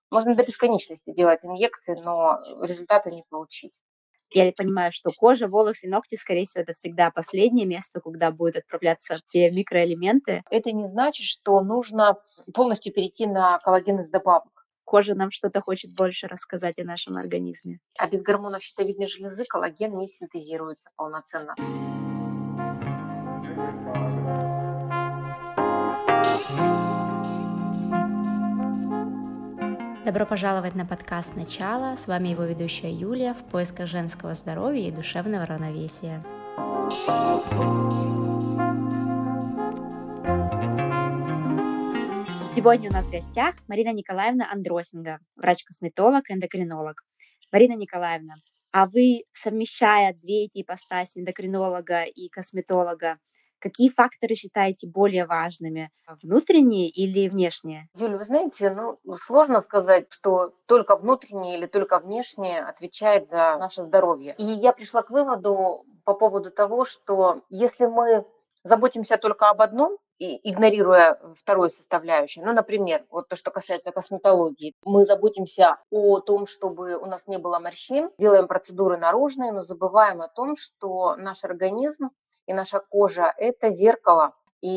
Можно до бесконечности делать инъекции, но результата не получить. Я понимаю, что кожа, волосы, ногти, скорее всего, это всегда последнее место, куда будут отправляться все микроэлементы. Это не значит, что нужно полностью перейти на коллаген из добавок. Кожа нам что-то хочет больше рассказать о нашем организме. А без гормонов щитовидной железы коллаген не синтезируется полноценно. Добро пожаловать на подкаст «Начало». С вами его ведущая Юлия в поисках женского здоровья и душевного равновесия. Сегодня у нас в гостях Марина Николаевна Андросенко, врач-косметолог, эндокринолог. Марина Николаевна, а вы, совмещая две эти ипостаси эндокринолога и косметолога, какие факторы считаете более важными, внутренние или внешние? Юля, вы знаете, сложно сказать, что только внутреннее или только внешнее отвечает за наше здоровье. И я пришла к выводу по поводу того, что если мы заботимся только об одном, и игнорируя вторую составляющую, например, вот то, что касается косметологии, мы заботимся о том, чтобы у нас не было морщин, делаем процедуры наружные, но забываем о том, что наш организм и наша кожа – это зеркало,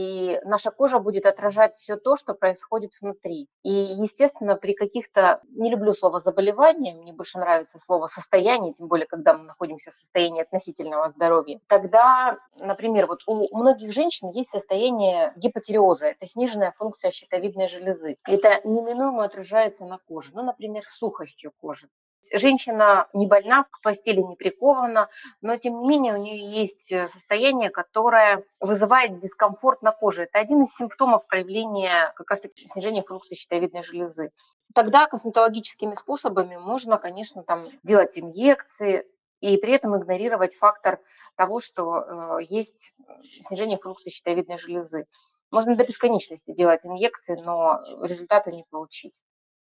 и наша кожа будет отражать все то, что происходит внутри. И, естественно, при каких-то, не люблю слово заболевания, мне больше нравится слово состояние, тем более, когда мы находимся в состоянии относительного здоровья, тогда, например, вот у многих женщин есть состояние гипотиреоза, это сниженная функция щитовидной железы. Это неминуемо отражается на коже, например, сухостью кожи. Женщина не больна, в постели не прикована, но тем не менее у нее есть состояние, которое вызывает дискомфорт на коже. Это один из симптомов проявления как раз таки снижения функции щитовидной железы. Тогда косметологическими способами можно, конечно, делать инъекции и при этом игнорировать фактор того, что есть снижение функции щитовидной железы. Можно до бесконечности делать инъекции, но результата не получить.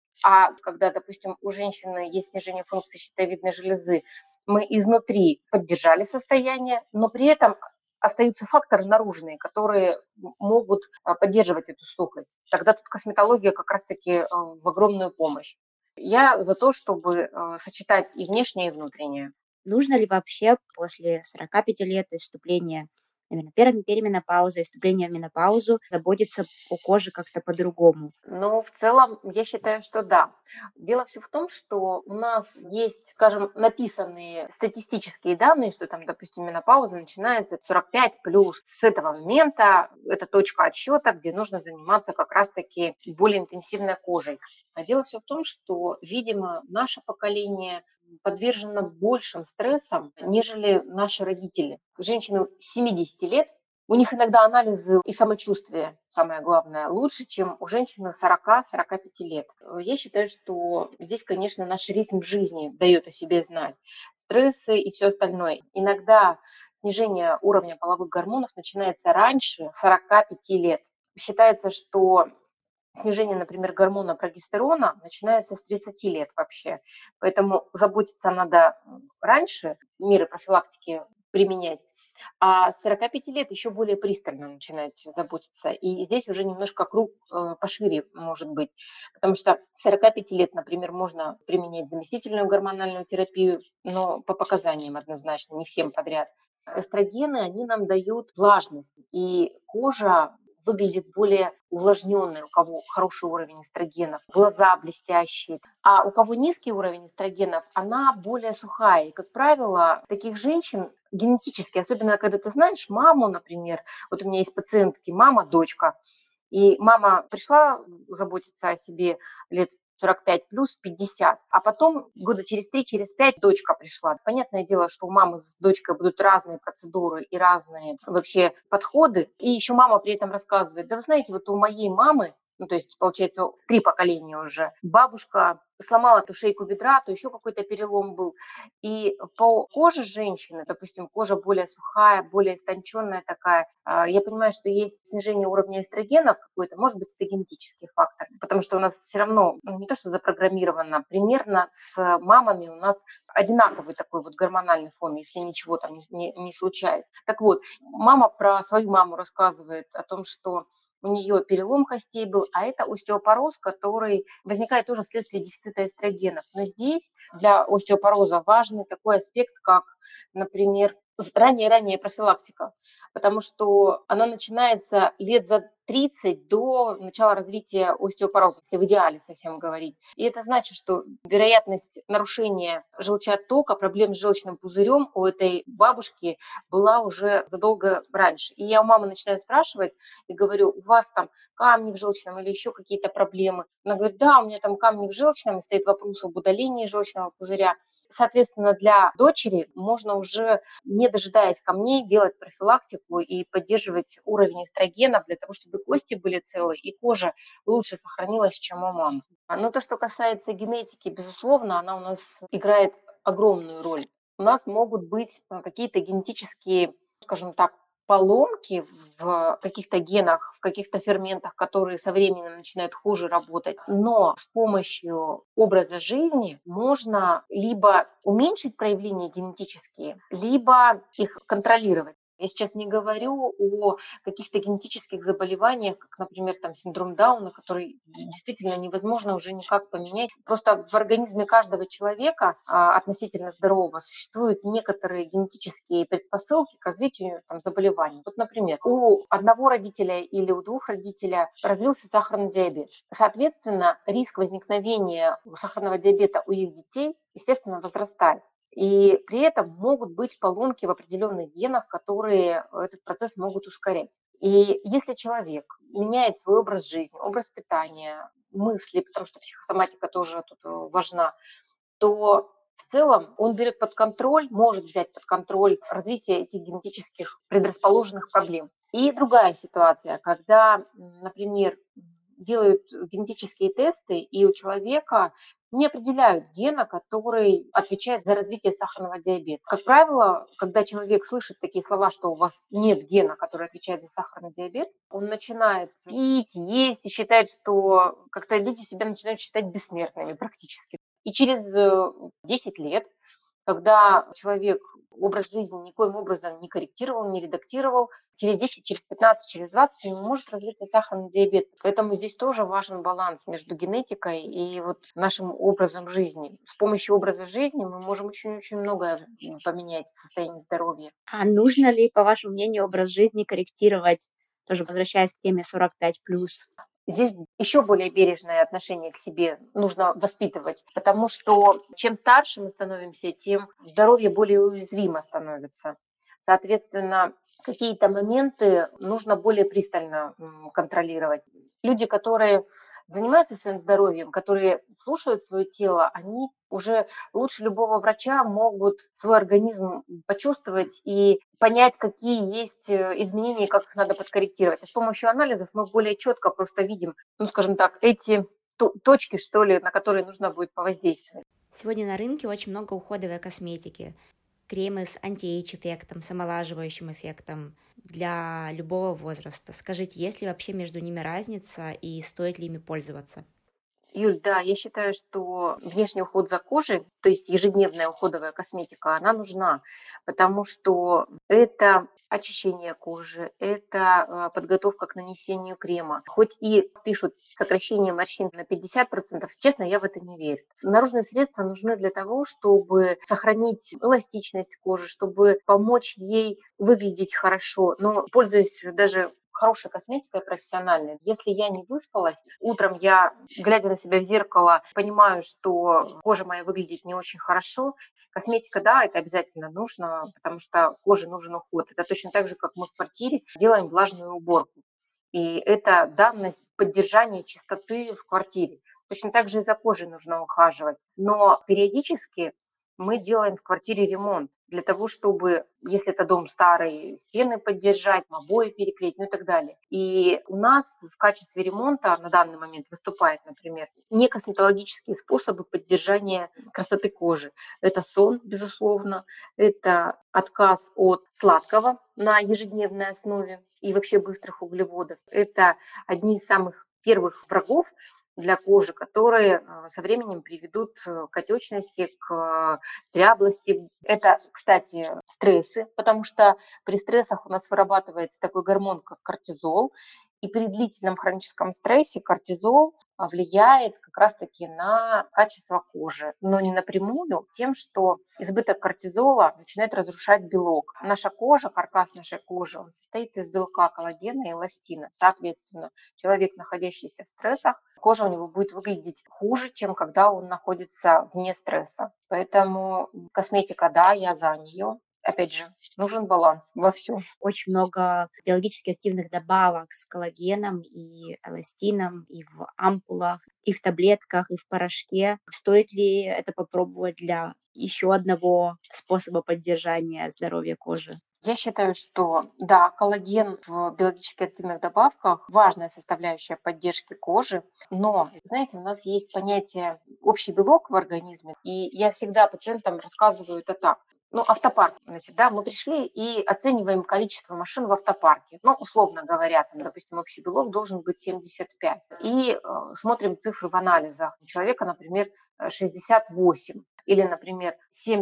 А когда, допустим, у женщины есть снижение функции щитовидной железы, мы изнутри поддержали состояние, но при этом остаются факторы наружные, которые могут поддерживать эту сухость. Тогда тут косметология как раз-таки в огромную помощь. Я за то, чтобы сочетать и внешнее, и внутреннее. Нужно ли вообще после 45 лет, то есть вступления именно перименопаузы и вступления в менопаузу, заботиться о коже как-то по-другому? Но в целом я считаю, что да. Дело все в том, что у нас есть, скажем, написанные статистические данные, что допустим, менопауза начинается 45 плюс. С этого момента это точка отсчета, где нужно заниматься как раз-таки более интенсивной кожей. А дело все в том, что, видимо, наше поколение подвержено большим стрессам, нежели наши родители. Женщины 70 лет, у них иногда анализы и самочувствие, самое главное, лучше, чем у женщины 40-45 лет. Я считаю, что здесь, конечно, наш ритм жизни дает о себе знать. Стрессы и все остальное. Иногда снижение уровня половых гормонов начинается раньше 45 лет. Считается, что снижение, например, гормона прогестерона начинается с 30 лет вообще. Поэтому заботиться надо раньше, меры профилактики применять. А с 45 лет еще более пристально начинает заботиться. И здесь уже немножко круг пошире может быть. Потому что с 45 лет, например, можно применять заместительную гормональную терапию, но по показаниям однозначно, не всем подряд. Эстрогены, они нам дают влажность. И кожа выглядит более увлажненной, у кого хороший уровень эстрогенов, глаза блестящие. А у кого низкий уровень эстрогенов, она более сухая. И, как правило, таких женщин генетически, особенно когда ты знаешь маму, например, вот у меня есть пациентки, мама, дочка, и мама пришла заботиться о себе лет 45 плюс 50, а потом года через 3, через 5 дочка пришла. Понятное дело, что у мамы с дочкой будут разные процедуры и разные вообще подходы. И еще мама при этом рассказывает, да вы знаете, вот у моей мамы, то есть, получается, 3 поколения уже, бабушка сломала то шейку бедра, то еще какой-то перелом был. И по коже женщины, допустим, кожа более сухая, более истонченная такая, я понимаю, что есть снижение уровня эстрогенов какой-то, может быть, это генетический фактор, потому что у нас все равно, не то что запрограммировано, примерно с мамами у нас одинаковый такой вот гормональный фон, если ничего там не случается. Так вот, мама про свою маму рассказывает о том, что у нее перелом костей был, а это остеопороз, который возникает тоже вследствие дефицита эстрогенов. Но здесь для остеопороза важный такой аспект, как, например, ранняя профилактика, потому что она начинается лет за 30 до начала развития остеопороза, если в идеале совсем говорить. И это значит, что вероятность нарушения желчеоттока, проблем с желчным пузырем у этой бабушки была уже задолго раньше. И я у мамы начинаю спрашивать и говорю: у вас там камни в желчном или еще какие-то проблемы? Она говорит: да, у меня там камни в желчном, и стоит вопрос об удалении желчного пузыря. Соответственно, для дочери можно уже, не дожидаясь камней, делать профилактику и поддерживать уровень эстрогенов для того, чтобы кости были целы и кожа лучше сохранилась, чем у мамы. Но то, что касается генетики, безусловно, она у нас играет огромную роль. У нас могут быть какие-то генетические, скажем так, поломки в каких-то генах, в каких-то ферментах, которые со временем начинают хуже работать. Но с помощью образа жизни можно либо уменьшить проявления генетические, либо их контролировать. Я сейчас не говорю о каких-то генетических заболеваниях, как, например, там, синдром Дауна, который действительно невозможно уже никак поменять. Просто в организме каждого человека относительно здорового существуют некоторые генетические предпосылки к развитию там, заболеваний. Вот, например, у одного родителя или у двух родителей развился сахарный диабет. Соответственно, риск возникновения сахарного диабета у их детей, естественно, возрастает. И при этом могут быть поломки в определенных генах, которые этот процесс могут ускорять. И если человек меняет свой образ жизни, образ питания, мысли, потому что психосоматика тоже тут важна, то в целом он берет под контроль, может взять под контроль развитие этих генетических предрасположенных проблем. И другая ситуация, когда, например, делают генетические тесты, и у человека не определяют гена, который отвечает за развитие сахарного диабета. Как правило, когда человек слышит такие слова, что у вас нет гена, который отвечает за сахарный диабет, он начинает пить, есть и считает, что как-то люди себя начинают считать бессмертными практически. И через 10 лет, когда человек образ жизни никоим образом не корректировал, не редактировал, через 10, через 15, через 20 у него может развиться сахарный диабет. Поэтому здесь тоже важен баланс между генетикой и вот нашим образом жизни. С помощью образа жизни мы можем очень-очень многое поменять в состоянии здоровья. А нужно ли, по вашему мнению, образ жизни корректировать, тоже возвращаясь к теме 45+? Здесь еще более бережное отношение к себе нужно воспитывать, потому что чем старше мы становимся, тем здоровье более уязвимо становится. Соответственно, какие-то моменты нужно более пристально контролировать. Люди, которые занимаются своим здоровьем, которые слушают свое тело, они уже лучше любого врача могут свой организм почувствовать и понять, какие есть изменения, как их надо подкорректировать. И с помощью анализов мы более четко просто видим, скажем так, эти точки, что ли, на которые нужно будет повоздействовать. Сегодня на рынке очень много уходовой косметики. Кремы с анти-эйдж-эффектом, с омолаживающим эффектом для любого возраста. Скажите, есть ли вообще между ними разница и стоит ли ими пользоваться? Юль, да, я считаю, что внешний уход за кожей, то есть ежедневная уходовая косметика, она нужна, потому что это очищение кожи, это подготовка к нанесению крема. Хоть и пишут сокращение морщин на 50%, честно, я в это не верю. Наружные средства нужны для того, чтобы сохранить эластичность кожи, чтобы помочь ей выглядеть хорошо. Но пользуясь даже хорошей косметикой профессиональной. Если я не выспалась, утром я, глядя на себя в зеркало, понимаю, что кожа моя выглядит не очень хорошо, косметика, да, это обязательно нужно, потому что коже нужен уход. Это точно так же, как мы в квартире делаем влажную уборку. И это данность поддержания чистоты в квартире. Точно так же и за кожей нужно ухаживать. Но периодически мы делаем в квартире ремонт для того, чтобы, если это дом старый, стены поддержать, обои переклеить, ну и так далее. И у нас в качестве ремонта на данный момент выступает, например, не косметологические способы поддержания красоты кожи. Это сон, безусловно, это отказ от сладкого на ежедневной основе и вообще быстрых углеводов. Это одни из самых первых врагов для кожи, которые со временем приведут к отечности, к дряблости. Это, кстати, стрессы, потому что при стрессах у нас вырабатывается такой гормон, как кортизол, И при длительном хроническом стрессе кортизол влияет как раз-таки на качество кожи, но не напрямую тем, что избыток кортизола начинает разрушать белок. Наша кожа, каркас нашей кожи, он состоит из белка, коллагена и эластина. Соответственно, человек, находящийся в стрессах, кожа у него будет выглядеть хуже, чем когда он находится вне стресса. Поэтому косметика, да, я за нее. Опять же, нужен баланс во всем. Очень много биологически активных добавок с коллагеном и эластином и в ампулах, и в таблетках, и в порошке. Стоит ли это попробовать для еще одного способа поддержания здоровья кожи? Я считаю, что да, коллаген в биологически активных добавках – важная составляющая поддержки кожи, но, знаете, у нас есть понятие общий белок в организме, и я всегда пациентам рассказываю это так. Ну, автопарк, значит, да, мы пришли и оцениваем количество машин в автопарке. Ну, условно говоря, там, допустим, общий белок должен быть 75. И смотрим цифры в анализах. У человека, например, 68 или, например,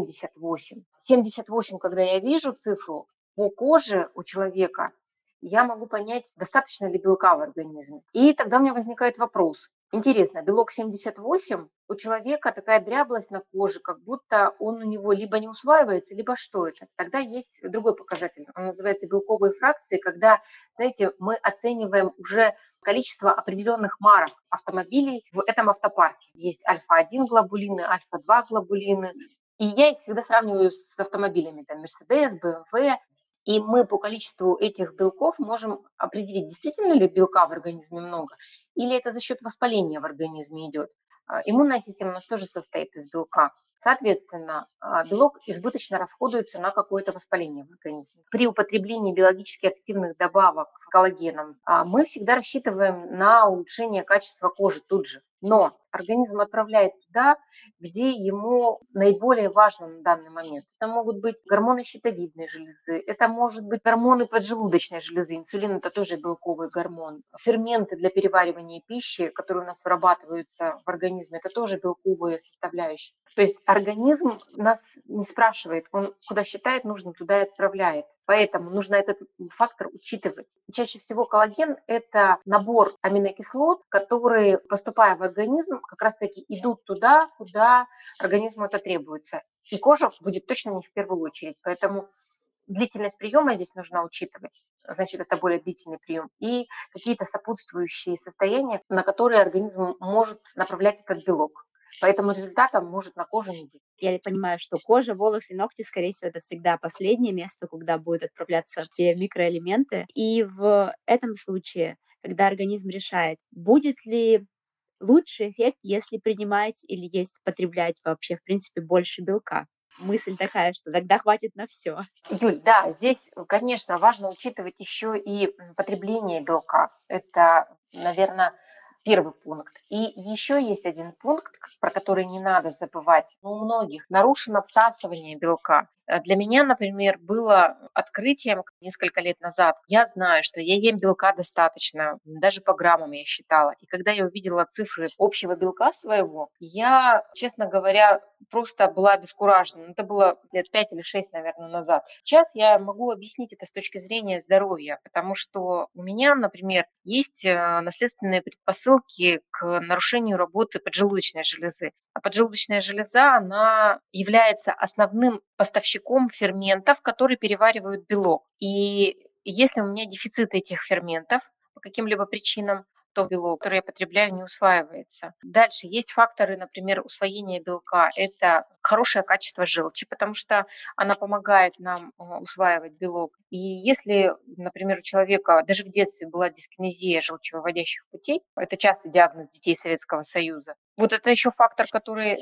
78. 78, когда я вижу цифру по коже у человека, я могу понять, достаточно ли белка в организме. И тогда у меня возникает вопрос. Интересно, белок 78, у человека такая дряблость на коже, как будто он у него либо не усваивается, либо что это. Тогда есть другой показатель, он называется белковые фракции, когда, знаете, мы оцениваем уже количество определенных марок автомобилей в этом автопарке. Есть альфа-1 глобулины, альфа-2 глобулины. И я их всегда сравниваю с автомобилями, там, Mercedes, BMW. И мы по количеству этих белков можем определить, действительно ли белка в организме много, или это за счет воспаления в организме идет. Иммунная система у нас тоже состоит из белка. Соответственно, белок избыточно расходуется на какое-то воспаление в организме. При употреблении биологически активных добавок с коллагеном мы всегда рассчитываем на улучшение качества кожи тут же. Но организм отправляет туда, где ему наиболее важно на данный момент. Это могут быть гормоны щитовидной железы, это может быть гормоны поджелудочной железы, инсулин – это тоже белковый гормон. Ферменты для переваривания пищи, которые у нас вырабатываются в организме, это тоже белковые составляющие. То есть организм нас не спрашивает, он куда считает нужным, туда и отправляет. Поэтому нужно этот фактор учитывать. Чаще всего коллаген – это набор аминокислот, которые, поступая в организм, как раз-таки идут туда, куда организму это требуется. И кожа будет точно не в первую очередь. Поэтому длительность приема здесь нужно учитывать. Значит, это более длительный прием. И какие-то сопутствующие состояния, на которые организм может направлять этот белок. Поэтому результатом может на коже не быть. Я понимаю, что кожа, волосы, ногти, скорее всего, это всегда последнее место, куда будут отправляться все микроэлементы. И в этом случае, когда организм решает, будет ли лучший эффект, если принимать или есть, потреблять вообще, в принципе, больше белка. Мысль такая, что тогда хватит на все. Юль, да, здесь, конечно, важно учитывать еще и потребление белка. Это, наверное, первый пункт. И еще есть один пункт, про который не надо забывать. У многих нарушено всасывание белка. Для меня, например, было открытием несколько лет назад. Я знаю, что я ем белка достаточно, даже по граммам я считала. И когда я увидела цифры общего белка своего, я, честно говоря, просто была обескуражена. Это было лет 5 или 6, наверное, назад. Сейчас я могу объяснить это с точки зрения здоровья, потому что у меня, например, есть наследственные предпосылки к нарушению работы поджелудочной железы. А поджелудочная железа, она является основным поставщиком ферментов, которые переваривают белок. И если у меня дефицит этих ферментов по каким-либо причинам, то белок, который я потребляю, не усваивается. Дальше есть факторы, например, усвоения белка. Это хорошее качество желчи, потому что она помогает нам усваивать белок. И если, например, у человека даже в детстве была дискинезия желчевыводящих путей, это частый диагноз детей Советского Союза, вот это еще фактор, который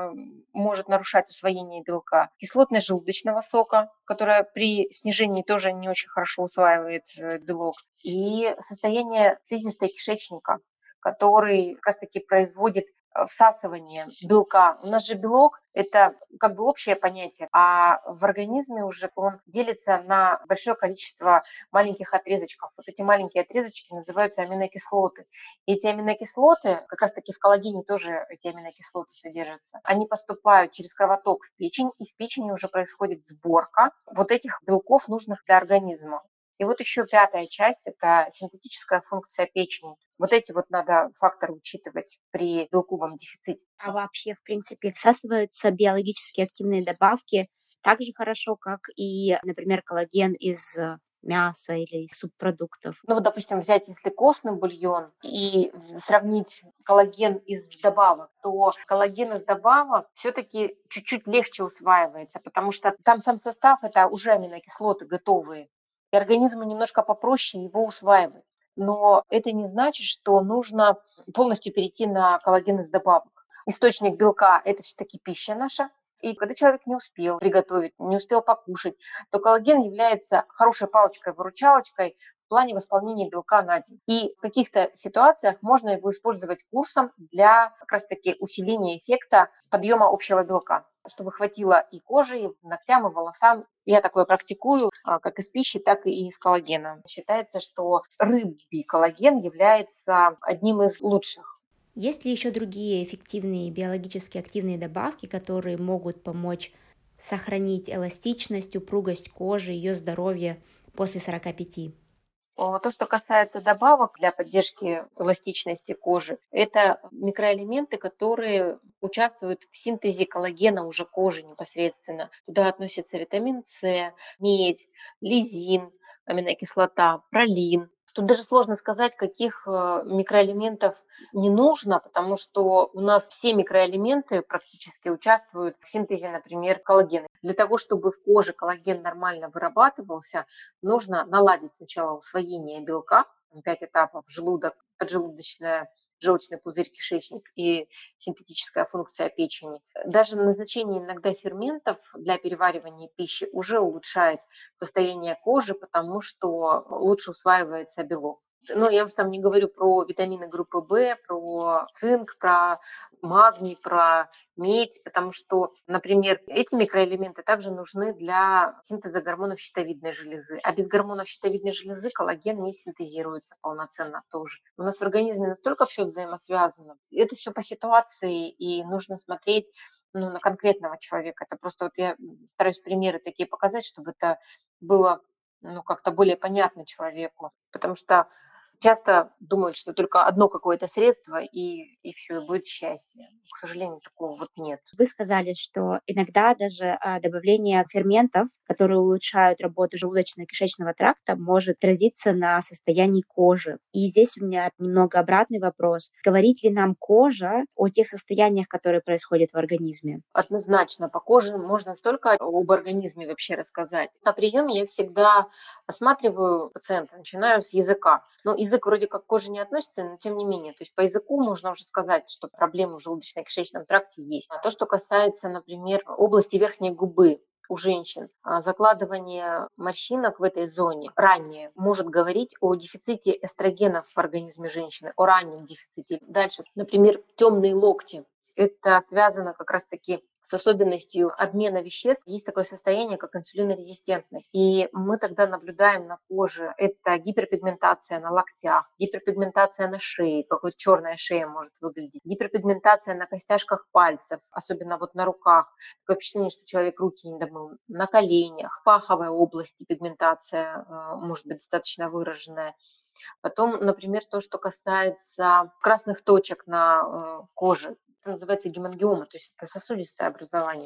может нарушать усвоение белка. Кислотность желудочного сока, которая при снижении тоже не очень хорошо усваивает белок. И состояние слизистой кишечника, который как раз-таки производит всасывание белка. У нас же белок – это как бы общее понятие, а в организме уже он делится на большое количество маленьких отрезочков. Вот эти маленькие отрезочки называются аминокислоты. И эти аминокислоты, как раз-таки в коллагене тоже эти аминокислоты содержатся, они поступают через кровоток в печень, и в печени уже происходит сборка вот этих белков, нужных для организма. И вот еще пятая часть – это синтетическая функция печени. Вот эти вот надо факторы учитывать при белковом дефиците. А вообще, в принципе, всасываются биологически активные добавки так же хорошо, как и, например, коллаген из мяса или из субпродуктов. Ну вот, допустим, взять, если костный бульон и сравнить коллаген из добавок, то коллаген из добавок все-таки чуть-чуть легче усваивается, потому что там сам состав – это уже аминокислоты готовые, и организму немножко попроще его усваивать. Но это не значит, что нужно полностью перейти на коллаген из добавок. Источник белка – это все-таки пища наша. И когда человек не успел приготовить, не успел покушать, то коллаген является хорошей палочкой-выручалочкой в плане восполнения белка на день. И в каких-то ситуациях можно его использовать курсом для как раз-таки усиления эффекта подъема общего белка, чтобы хватило и коже, и ногтям, и волосам. Я такое практикую как из пищи, так и из коллагена. Считается, что рыбий коллаген является одним из лучших. Есть ли еще другие эффективные биологически активные добавки, которые могут помочь сохранить эластичность, упругость кожи, ее здоровье после 45? То, что касается добавок для поддержки эластичности кожи, это микроэлементы, которые участвуют в синтезе коллагена уже кожи непосредственно. Туда относятся витамин С, медь, лизин, аминокислота, пролин. Тут даже сложно сказать, каких микроэлементов не нужно, потому что у нас все микроэлементы практически участвуют в синтезе, например, коллагена. Для того, чтобы в коже коллаген нормально вырабатывался, нужно наладить сначала усвоение белка, 5 этапов: желудок, поджелудочная, желчный пузырь, кишечник и синтетическая функция печени. Даже назначение иногда ферментов для переваривания пищи уже улучшает состояние кожи, потому что лучше усваивается белок. Ну, я уж там не говорю про витамины группы В, про цинк, про магний, про медь, потому что, например, эти микроэлементы также нужны для синтеза гормонов щитовидной железы. А без гормонов щитовидной железы коллаген не синтезируется полноценно тоже. У нас в организме настолько все взаимосвязано. Это все по ситуации, и нужно смотреть на конкретного человека. Это просто вот я стараюсь примеры такие показать, чтобы это было как-то более понятно человеку. Потому что часто думают, что только одно какое-то средство, и все, и будет счастье. К сожалению, такого вот нет. Вы сказали, что иногда даже добавление ферментов, которые улучшают работу желудочно-кишечного тракта, может отразиться на состоянии кожи. И здесь у меня немного обратный вопрос. Говорит ли нам кожа о тех состояниях, которые происходят в организме? Однозначно, по коже можно столько об организме вообще рассказать. На приеме я всегда осматриваю пациента, начинаю с языка. Но язык вроде как к коже не относится, но тем не менее. То есть по языку можно уже сказать, что проблемы в желудочно-кишечном тракте есть. А то, что касается, например, области верхней губы, у женщин закладывание морщинок в этой зоне ранее может говорить о дефиците эстрогенов в организме женщины, о раннем дефиците. Дальше, например, темные локти. Это связано как раз-таки с особенностью обмена веществ. Есть такое состояние, как инсулинорезистентность. И мы тогда наблюдаем на коже, это гиперпигментация на локтях, гиперпигментация на шее, как вот черная шея может выглядеть, гиперпигментация на костяшках пальцев, особенно вот на руках. Такое впечатление, что человек руки не домыл, на коленях, в паховой области пигментация может быть достаточно выраженная. Потом, например, то, что касается красных точек на коже, это называется гемангиома, то есть это сосудистое образование.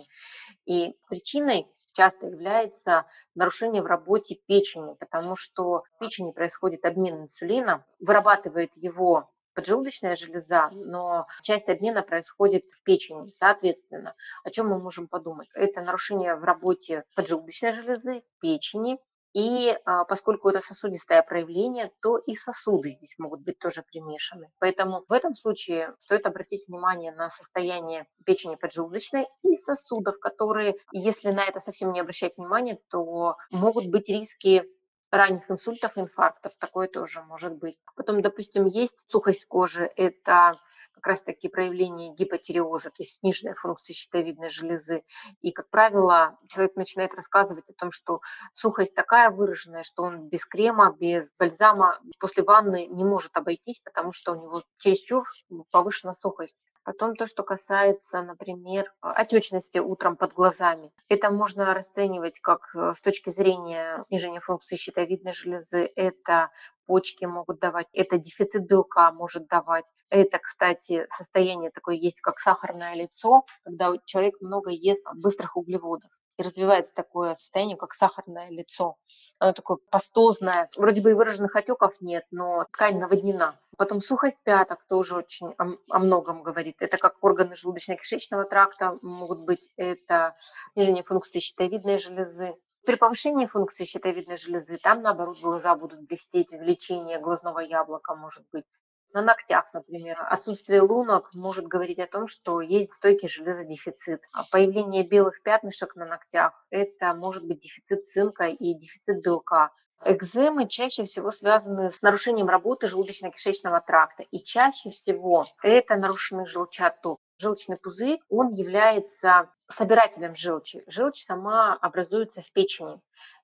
И причиной часто является нарушение в работе печени, потому что в печени происходит обмен инсулина, вырабатывает его поджелудочная железа, но часть обмена происходит в печени. Соответственно, о чем мы можем подумать? Это нарушение в работе поджелудочной железы, печени, и поскольку это сосудистое проявление, то и сосуды здесь могут быть тоже примешаны. Поэтому в этом случае стоит обратить внимание на состояние печени поджелудочной и сосудов, которые, если на это совсем не обращать внимания, то могут быть риски ранних инсультов, инфарктов. Такое тоже может быть. Потом, допустим, есть сухость кожи. Это как раз-таки проявление гипотиреоза, то есть сниженная функция щитовидной железы. И, как правило, человек начинает рассказывать о том, что сухость такая выраженная, что он без крема, без бальзама после ванны не может обойтись, потому что у него чересчур повышена сухость. Потом то, что касается, например, отечности утром под глазами. Это можно расценивать как с точки зрения снижения функции щитовидной железы. Это почки могут давать, это дефицит белка может давать. Это, кстати, состояние такое есть, как сахарное лицо, когда человек много ест быстрых углеводов. И развивается такое состояние, как сахарное лицо. Оно такое пастозное. Вроде бы и выраженных отеков нет, но ткань наводнена. Потом сухость пяток тоже очень о многом говорит. Это как органы желудочно-кишечного тракта могут быть. Это снижение функции щитовидной железы. При повышении функции щитовидной железы там, наоборот, глаза будут блестеть, увеличение глазного яблока может быть. На ногтях, например, отсутствие лунок может говорить о том, что есть стойкий железодефицит. А появление белых пятнышек на ногтях – это может быть дефицит цинка и дефицит белка. Экземы чаще всего связаны с нарушением работы желудочно-кишечного тракта. И чаще всего это нарушенный желчеотток. Желчный пузырь, он является собирателем желчи. Желчь сама образуется в печени.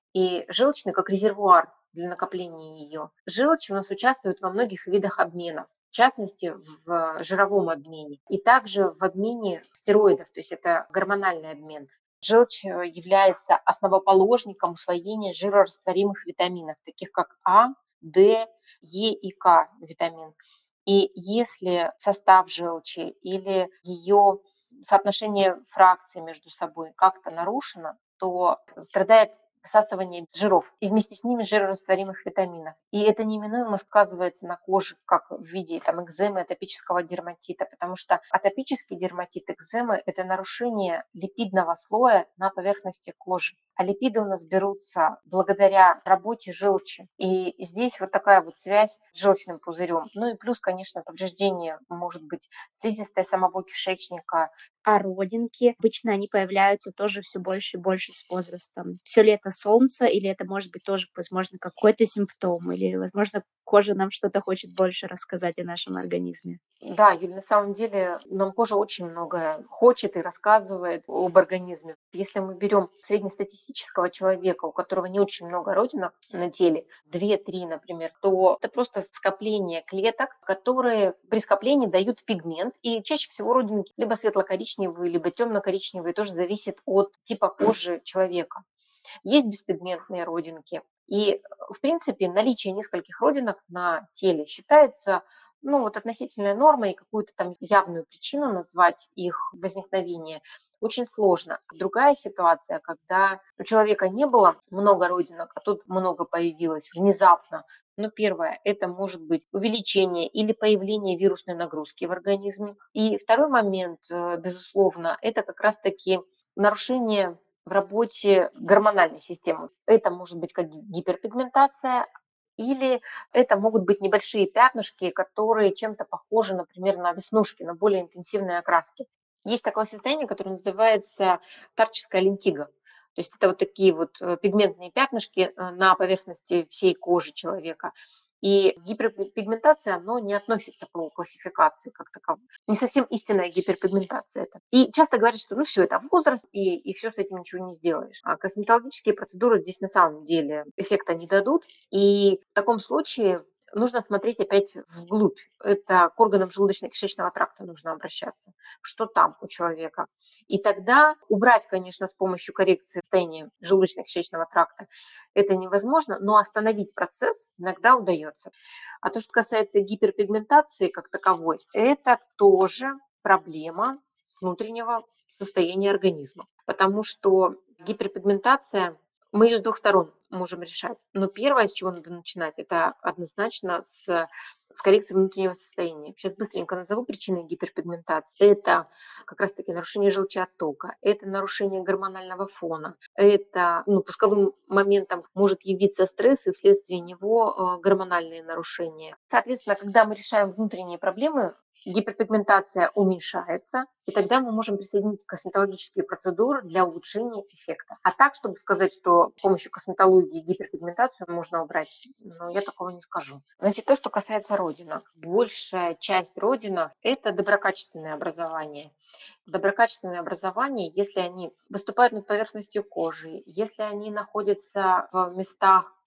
И желчный как резервуар для накопления ее. Желчь у нас участвует во многих видах обменов, в частности в жировом обмене и также в обмене стероидов, то есть это гормональный обмен. Желчь является основоположником усвоения жирорастворимых витаминов, таких как А, Д, Е и К витамин. И если состав желчи или ее соотношение фракций между собой как-то нарушено, то страдает всасывание жиров и вместе с ними жирорастворимых витаминов. И это неминуемо сказывается на коже, как в виде экземы, атопического дерматита, потому что атопический дерматит, экземы – это нарушение липидного слоя на поверхности кожи. А липиды у нас берутся благодаря работе желчи. И здесь вот такая вот связь с желчным пузырем. Ну и плюс, конечно, повреждение может быть слизистой самого кишечника. А родинки, обычно они появляются тоже все больше и больше с возрастом. Все ли это солнце, или это может быть тоже, возможно, какой-то симптом, или, возможно, кожа нам что-то хочет больше рассказать о нашем организме? Да, Юль, на самом деле нам кожа очень многое хочет и рассказывает об организме. Если мы берем среднестатистического человека, у которого не очень много родинок на теле, 2-3, например, то это просто скопление клеток, которые при скоплении дают пигмент. И чаще всего родинки либо светло-коричневые, либо темно-коричневые, тоже зависит от типа кожи человека. Есть беспигментные родинки. И, в принципе, наличие нескольких родинок на теле считается относительной нормой, и какую-то там явную причину назвать их возникновение очень сложно. Другая ситуация, когда у человека не было много родинок, а тут много появилось внезапно. Первое, это может быть увеличение или появление вирусной нагрузки в организме. И второй момент, безусловно, это как раз-таки нарушение в работе гормональной системы. Это может быть как гиперпигментация, или это могут быть небольшие пятнышки, которые чем-то похожи, например, на веснушки, на более интенсивные окраски. Есть такое состояние, которое называется старческая лентиго. То есть это вот такие вот пигментные пятнышки на поверхности всей кожи человека. И гиперпигментация, оно не относится по классификации как таковой. Не совсем истинная гиперпигментация это. И часто говорят, что все, это возраст, и все с этим ничего не сделаешь. А косметологические процедуры здесь на самом деле эффекта не дадут. И в таком случае нужно смотреть опять вглубь. Это к органам желудочно-кишечного тракта нужно обращаться. Что там у человека? И тогда убрать, конечно, с помощью коррекции состояния желудочно-кишечного тракта это невозможно, но остановить процесс иногда удается. А то, что касается гиперпигментации как таковой, это тоже проблема внутреннего состояния организма. Потому что гиперпигментация, мы ее с двух сторон можем решать. Но первое, с чего надо начинать, это однозначно с коррекции внутреннего состояния. Сейчас быстренько назову причины гиперпигментации. Это как раз-таки нарушение желчеоттока, это нарушение гормонального фона, это пусковым моментом может явиться стресс и вследствие него гормональные нарушения. Соответственно, когда мы решаем внутренние проблемы, гиперпигментация уменьшается, и тогда мы можем присоединить косметологические процедуры для улучшения эффекта. А так, чтобы сказать, что с помощью косметологии гиперпигментацию можно убрать, я такого не скажу. Значит, то, что касается родинок. Большая часть родинок – это доброкачественные образования. Доброкачественные образования, если они выступают над поверхностью кожи, если они находятся в местах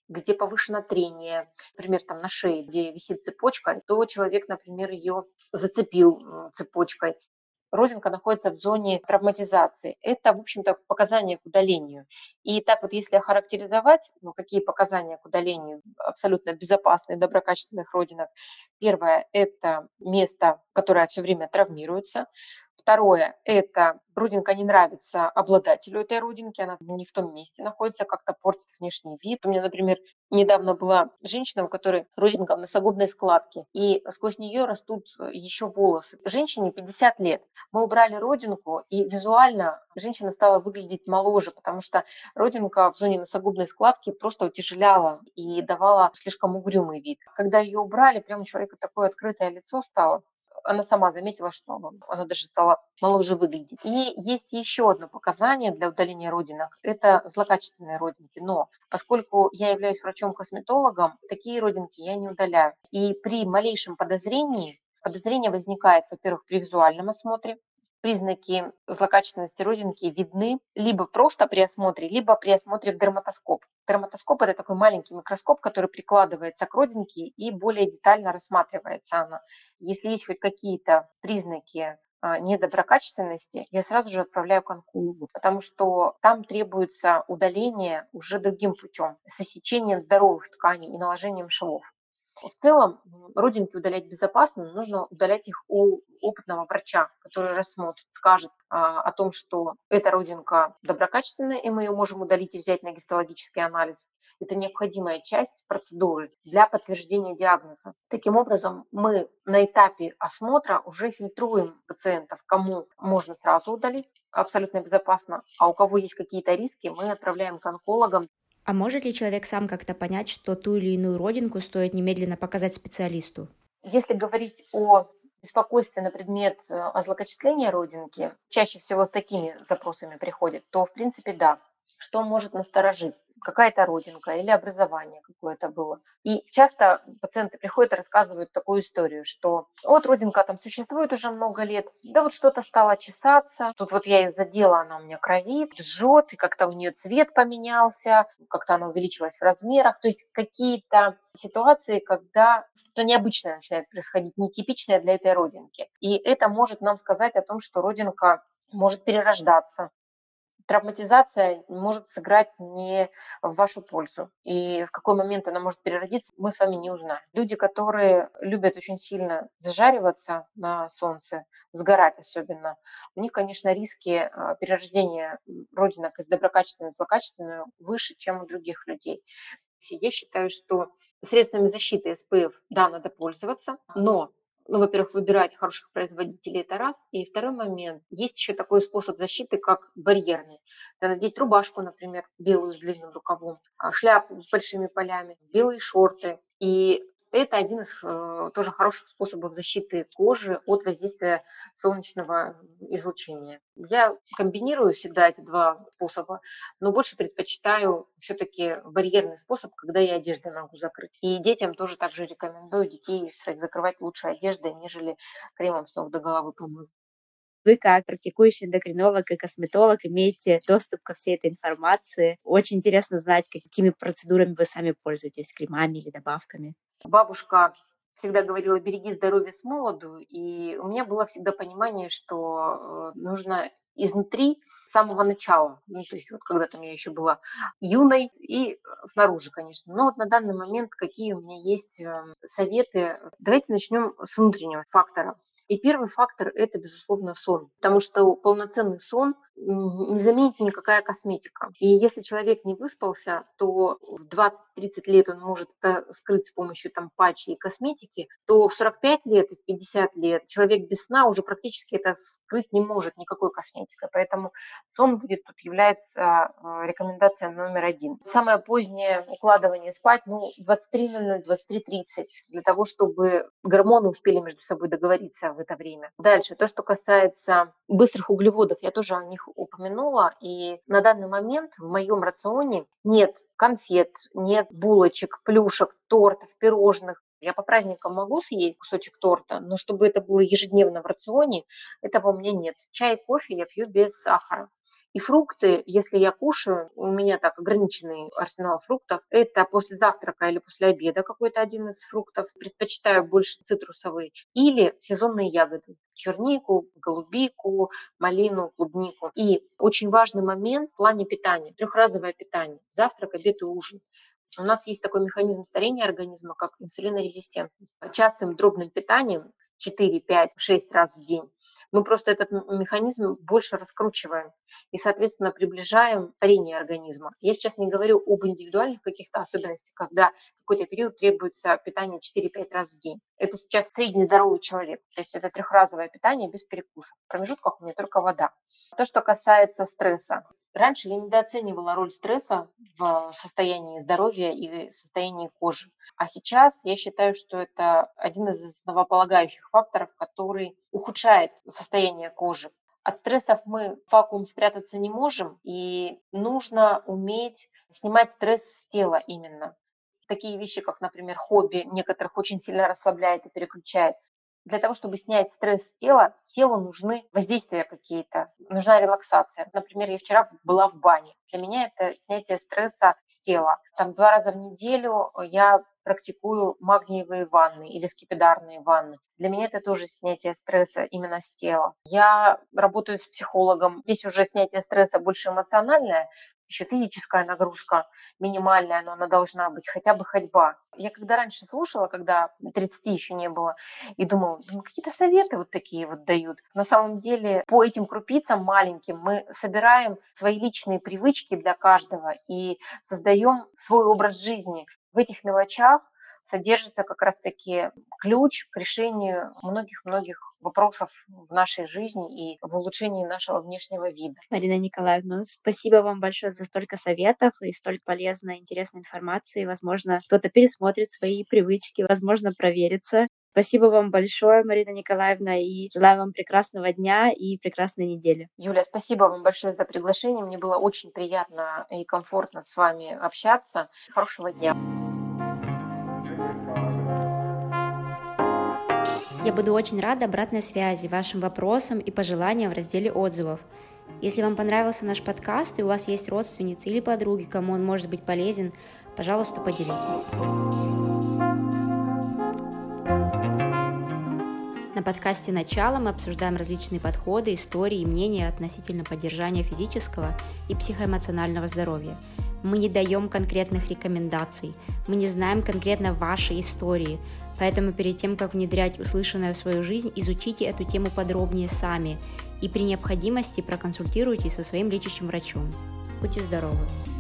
где повышено трение, например, там на шее, где висит цепочка, то человек, например, ее зацепил цепочкой. Родинка находится в зоне травматизации. Это, в общем-то, показания к удалению. И так вот, если охарактеризовать, какие показания к удалению абсолютно безопасных, доброкачественных родинок. Первое – это место, которое все время травмируется. Второе – это родинка не нравится обладателю этой родинки, она не в том месте находится, как-то портит внешний вид. У меня, например, недавно была женщина, у которой родинка в носогубной складке, и сквозь нее растут еще волосы. Женщине 50 лет. Мы убрали родинку, и визуально женщина стала выглядеть моложе, потому что родинка в зоне носогубной складки просто утяжеляла и давала слишком угрюмый вид. Когда ее убрали, прям у человека такое открытое лицо стало. Она сама заметила, что она даже стала моложе выглядеть. И есть еще одно показание для удаления родинок – это злокачественные родинки. Но поскольку я являюсь врачом-косметологом, такие родинки я не удаляю. И при малейшем подозрении, подозрение возникает, во-первых, при визуальном осмотре. Признаки злокачественности родинки видны либо просто при осмотре, либо при осмотре в дерматоскоп. Дерматоскоп – это такой маленький микроскоп, который прикладывается к родинке и более детально рассматривается она. Если есть хоть какие-то признаки недоброкачественности, я сразу же отправляю к онкологу, потому что там требуется удаление уже другим путем, с иссечением здоровых тканей и наложением швов. В целом родинки удалять безопасно, но нужно удалять их у опытного врача, который рассмотрит, скажет о том, что эта родинка доброкачественная, и мы ее можем удалить и взять на гистологический анализ. Это необходимая часть процедуры для подтверждения диагноза. Таким образом, мы на этапе осмотра уже фильтруем пациентов, кому можно сразу удалить абсолютно безопасно, а у кого есть какие-то риски, мы отправляем к онкологам. А может ли человек сам как-то понять, что ту или иную родинку стоит немедленно показать специалисту? Если говорить о беспокойстве на предмет злокачествления родинки, чаще всего с такими запросами приходят, то в принципе да. Что может насторожить? Какая-то родинка или образование какое-то было. И часто пациенты приходят и рассказывают такую историю, что вот родинка там существует уже много лет, да вот что-то стало чесаться, тут вот я ее задела, она у меня кровит, жжет, и как-то у нее цвет поменялся, как-то она увеличилась в размерах. То есть какие-то ситуации, когда что-то необычное начинает происходить, нетипичное для этой родинки. И это может нам сказать о том, что родинка может перерождаться. Травматизация может сыграть не в вашу пользу. И в какой момент она может переродиться, мы с вами не узнаем. Люди, которые любят очень сильно зажариваться на солнце, сгорать особенно, у них, конечно, риски перерождения родинок из доброкачественной в злокачественную выше, чем у других людей. Я считаю, что средствами защиты SPF, да, надо пользоваться, но во-первых, выбирать хороших производителей – это раз. И второй момент. Есть еще такой способ защиты, как барьерный. Это надеть рубашку, например, белую с длинным рукавом, шляпу с большими полями, белые шорты. И это один из тоже хороших способов защиты кожи от воздействия солнечного излучения. Я комбинирую всегда эти два способа, но больше предпочитаю все-таки барьерный способ, когда я одеждой могу закрыть. И детям тоже также рекомендую детей своих закрывать лучше одеждой, нежели кремом с ног до головы помыть. Вы, как практикующий эндокринолог и косметолог, имеете доступ ко всей этой информации. Очень интересно знать, какими процедурами вы сами пользуетесь, кремами или добавками. Бабушка всегда говорила: береги здоровье с молоду, и у меня было всегда понимание, что нужно изнутри с самого начала, ну, то есть вот когда там я еще была юной и снаружи, конечно. Но вот на данный момент какие у меня есть советы? Давайте начнем с внутреннего фактора. И первый фактор – это, безусловно, сон, потому что полноценный сон не заменит никакая косметика. И если человек не выспался, то в 20-30 лет он может это скрыть с помощью там патчей и косметики, то в 45 лет и в 50 лет человек без сна уже практически это скрыть не может никакой косметикой. Поэтому сон будет тут является рекомендация номер один. Самое позднее укладывание спать, 23:00, 23:30, для того, чтобы гормоны успели между собой договориться в это время. Дальше, то, что касается быстрых углеводов, я тоже о них упомянула, и на данный момент в моем рационе нет конфет, нет булочек, плюшек, тортов, пирожных. Я по праздникам могу съесть кусочек торта, но чтобы это было ежедневно в рационе, этого у меня нет. Чай и кофе я пью без сахара. И фрукты, если я кушаю, у меня так ограниченный арсенал фруктов, это после завтрака или после обеда какой-то один из фруктов. Предпочитаю больше цитрусовый. Или сезонные ягоды. Чернику, голубику, малину, клубнику. И очень важный момент в плане питания. Трехразовое питание. Завтрак, обед и ужин. У нас есть такой механизм старения организма, как инсулинорезистентность. По частым дробным питанием 4, 5, 6 раз в день мы просто этот механизм больше раскручиваем и, соответственно, приближаем старение организма. Я сейчас не говорю об индивидуальных каких-то особенностях, когда в какой-то период требуется питание 4-5 раз в день. Это сейчас среднездоровый человек, то есть это трехразовое питание без перекуса. В промежутках у меня только вода. То, что касается стресса. Раньше я недооценивала роль стресса в состоянии здоровья и состоянии кожи. А сейчас я считаю, что это один из основополагающих факторов, который ухудшает состояние кожи. От стрессов мы в вакуум спрятаться не можем, и нужно уметь снимать стресс с тела именно. Такие вещи, как, например, хобби, некоторых очень сильно расслабляет и переключает. Для того, чтобы снять стресс с тела, телу нужны воздействия какие-то, нужна релаксация. Например, я вчера была в бане. Для меня это снятие стресса с тела. Там 2 раза в неделю я практикую магниевые ванны или скипидарные ванны. Для меня это тоже снятие стресса именно с тела. Я работаю с психологом. Здесь уже снятие стресса больше эмоциональное, еще физическая нагрузка минимальная, но она должна быть, хотя бы ходьба. Я когда раньше слушала, когда 30 еще не было, и думала, какие-то советы вот такие вот дают. На самом деле по этим крупицам маленьким мы собираем свои личные привычки для каждого и создаем свой образ жизни. В этих мелочах содержится как раз-таки ключ к решению многих-многих вопросов в нашей жизни и в улучшении нашего внешнего вида. Марина Николаевна, спасибо вам большое за столько советов и столь полезной, интересной информации. Возможно, кто-то пересмотрит свои привычки, возможно, проверится. Спасибо вам большое, Марина Николаевна, и желаю вам прекрасного дня и прекрасной недели. Юля, спасибо вам большое за приглашение. Мне было очень приятно и комфортно с вами общаться. Хорошего дня. Я буду очень рада обратной связи, вашим вопросам и пожеланиям в разделе отзывов. Если вам понравился наш подкаст и у вас есть родственницы или подруги, кому он может быть полезен, пожалуйста, поделитесь. На подкасте «Начало» мы обсуждаем различные подходы, истории и мнения относительно поддержания физического и психоэмоционального здоровья. Мы не даем конкретных рекомендаций, мы не знаем конкретно вашей истории, поэтому перед тем, как внедрять услышанное в свою жизнь, изучите эту тему подробнее сами и при необходимости проконсультируйтесь со своим лечащим врачом. Будьте здоровы!